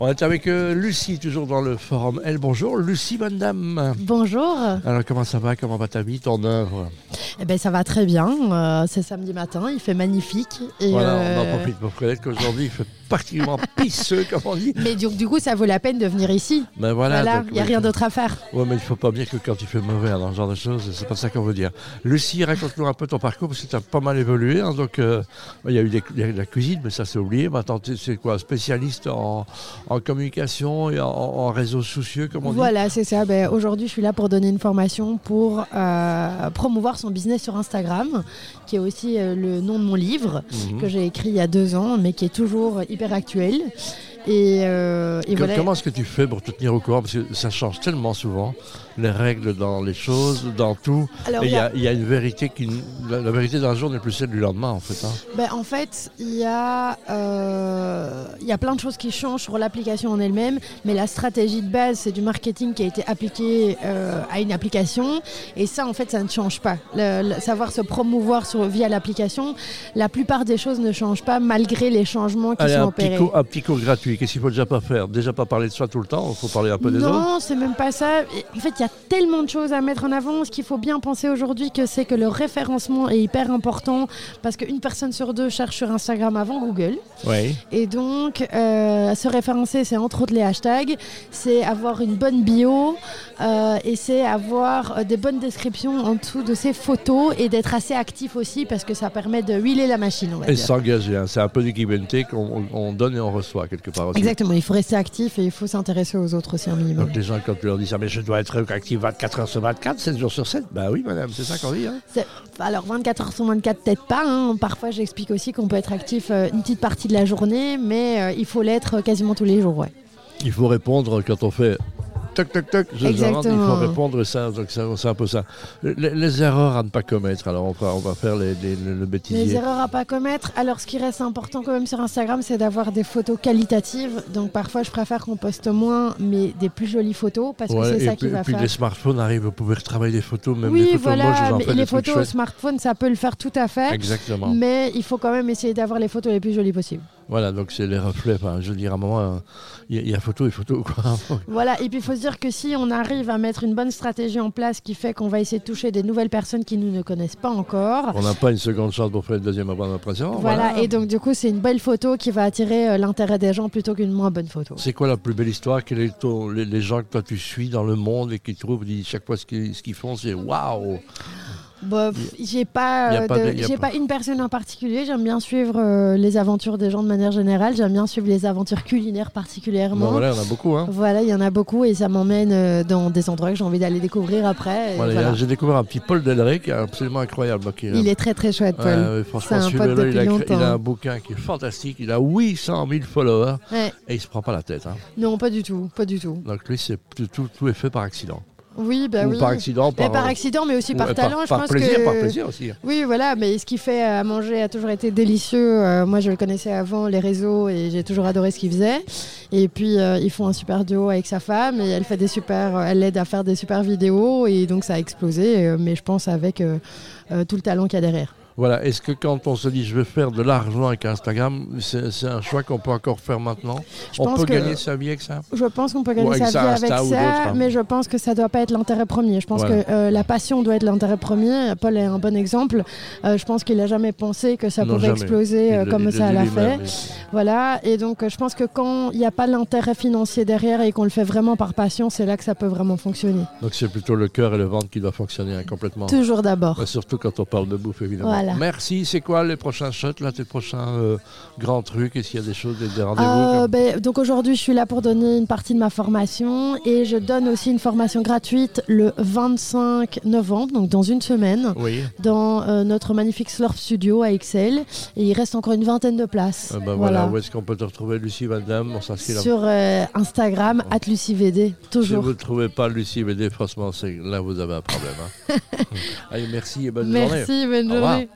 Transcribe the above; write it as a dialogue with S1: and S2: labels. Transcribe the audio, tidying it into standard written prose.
S1: On est avec Lucie, toujours dans le forum Elle. Bonjour, Lucie Van Damme.
S2: Bonjour.
S1: Alors, comment ça va? Comment va ta vie, ton œuvre?
S2: Eh ben, ça va très bien. C'est samedi matin, il fait magnifique. Et
S1: voilà, on en profite pour connaître qu'aujourd'hui, il fait particulièrement pisseux, comme on dit.
S2: Mais du coup, ça vaut la peine de venir ici.
S1: Ben voilà,
S2: il n'y a rien d'autre à faire.
S1: Oui, mais il ne faut pas dire que quand il fait mauvais, dans ce genre de choses, c'est pas ça qu'on veut dire. Lucie, raconte-nous un peu ton parcours, parce que tu as pas mal évolué. Hein, donc, il y a eu la cuisine, mais ça c'est oublié. Maintenant, c'est quoi? Spécialiste en communication et en réseaux sociaux, comme on dit?
S2: Voilà, c'est ça. Ben, aujourd'hui, je suis là pour donner une formation pour promouvoir son business sur Instagram, qui est aussi le nom de mon livre, que j'ai écrit il y a 2 ans, mais qui est toujours hyper actuel. Et voilà.
S1: Comment est-ce que tu fais pour te tenir au courant? Parce que ça change tellement souvent, les règles dans les choses, dans tout. Alors, il y a une vérité la vérité d'un jour n'est plus celle du lendemain, en fait. Hein.
S2: Ben, en fait, il y a plein de choses qui changent sur l'application en elle-même, mais la stratégie de base, c'est du marketing qui a été appliqué à une application. Et ça, en fait, ça ne change pas. Savoir se promouvoir via l'application, la plupart des choses ne changent pas malgré les changements qui sont opérés.
S1: Un petit cours gratuit. Qu'est-ce qu'il faut déjà pas faire? Déjà pas parler de soi tout le temps, il faut parler un peu des autres.
S2: Non, c'est même pas ça. En fait, il y a tellement de choses à mettre en avant. Ce qu'il faut bien penser aujourd'hui, c'est que le référencement est hyper important parce qu'une personne sur 2 cherche sur Instagram avant Google.
S1: Oui.
S2: Et donc, se référencer, c'est entre autres les hashtags, c'est avoir une bonne bio et c'est avoir des bonnes descriptions en dessous de ses photos et d'être assez actif aussi parce que ça permet de huiler la machine, on va dire.
S1: S'engager, hein. C'est un peu du give and take, on donne et on reçoit quelque part aussi.
S2: Exactement, il faut rester actif et il faut s'intéresser aux autres aussi un minimum.
S1: Donc les gens, quand tu leur dis ça, mais je dois être actif 24 heures sur 24, 7 jours sur 7, bah oui madame, c'est ça qu'on dit. Hein.
S2: Alors 24 heures sur 24, peut-être pas. Hein. Parfois j'explique aussi qu'on peut être actif une petite partie de la journée, mais il faut l'être quasiment tous les jours. Ouais.
S1: Il faut répondre quand on fait... Toc, toc, toc, il faut répondre, ça, donc c'est un peu ça. Les erreurs à ne pas commettre, alors on va faire le bêtisier.
S2: Les erreurs à ne pas commettre, alors ce qui reste important quand même sur Instagram, c'est d'avoir des photos qualitatives. Donc parfois je préfère qu'on poste moins, mais des plus jolies photos, parce que c'est ça qui va faire.
S1: Et puis les smartphones arrivent, vous pouvez retravailler des photos, même
S2: oui,
S1: des photos
S2: voilà,
S1: moches,
S2: mais les photos au smartphone, ça peut le faire tout à fait.
S1: Exactement.
S2: Mais il faut quand même essayer d'avoir les photos les plus jolies possibles.
S1: Voilà, donc c'est les reflets. Enfin, je veux dire, à un moment, il y a photo et photo. Quoi.
S2: Voilà, et puis il faut se dire que si on arrive à mettre une bonne stratégie en place qui fait qu'on va essayer de toucher des nouvelles personnes qui nous ne connaissent pas encore.
S1: On n'a pas une seconde chance pour faire une deuxième bonne impression.
S2: Voilà, et donc du coup, c'est une belle photo qui va attirer l'intérêt des gens plutôt qu'une moins bonne photo.
S1: C'est quoi la plus belle histoire? Quels sont les gens que toi tu suis dans le monde et qui trouvent, chaque fois ce qu'ils font, c'est waouh!
S2: Bon, j'ai pas une personne en particulier. J'aime bien suivre les aventures des gens de manière générale. J'aime bien suivre les aventures culinaires particulièrement.
S1: Bon, voilà, il y en a beaucoup. Hein.
S2: Voilà, il y en a beaucoup et ça m'emmène dans des endroits que j'ai envie d'aller découvrir après.
S1: Voilà. J'ai découvert un petit Paul Delray qui est absolument incroyable.
S2: Il est très très chouette, Paul.
S1: Franchement,
S2: c'est un pote depuis longtemps.
S1: Il a un bouquin qui est fantastique. Il a 800 000 followers et il se prend pas la tête. Hein.
S2: Non, pas du tout, pas du tout.
S1: Donc lui, tout est fait par accident.
S2: Oui,
S1: oui. Par accident,
S2: par accident, mais aussi par talent.
S1: Par plaisir aussi.
S2: Oui, voilà, mais ce qu'il fait à manger a toujours été délicieux. Moi, je le connaissais avant les réseaux et j'ai toujours adoré ce qu'il faisait. Et puis, ils font un super duo avec sa femme et elle l'aide à faire des super vidéos et donc ça a explosé. Mais je pense avec tout le talent qu'il y a derrière.
S1: Voilà, est-ce que quand on se dit je veux faire de l'argent avec Instagram, c'est un choix qu'on peut encore faire maintenant? On peut gagner sa vie avec ça?
S2: Je pense qu'on peut gagner sa vie avec ça, mais je pense que ça ne doit pas être l'intérêt premier. Je pense que la passion doit être l'intérêt premier. Paul est un bon exemple. Je pense qu'il n'a jamais pensé que ça pouvait exploser comme ça l'a fait. Voilà, et donc je pense que quand il n'y a pas l'intérêt financier derrière et qu'on le fait vraiment par passion, c'est là que ça peut vraiment fonctionner.
S1: Donc c'est plutôt le cœur et le ventre qui doivent fonctionner complètement.
S2: Toujours d'abord.
S1: Surtout quand on parle de bouffe, évidemment.
S2: Voilà.
S1: Merci. C'est quoi les prochains shots, là, tes prochains grands trucs? Est-ce qu'il y a des choses, des rendez-vous
S2: donc aujourd'hui, je suis là pour donner une partie de ma formation et je donne aussi une formation gratuite le 25 novembre, donc dans une semaine, dans notre magnifique Slurp Studio à Excel. Et il reste encore une vingtaine de places.
S1: Voilà. Où est-ce qu'on peut te retrouver, Lucie Van Damme?
S2: Sur Instagram, @LucieVD, toujours.
S1: Si vous ne trouvez pas Lucie VD, franchement, là vous avez un problème. Hein. Allez, merci et bonne journée.
S2: Merci, bonne journée.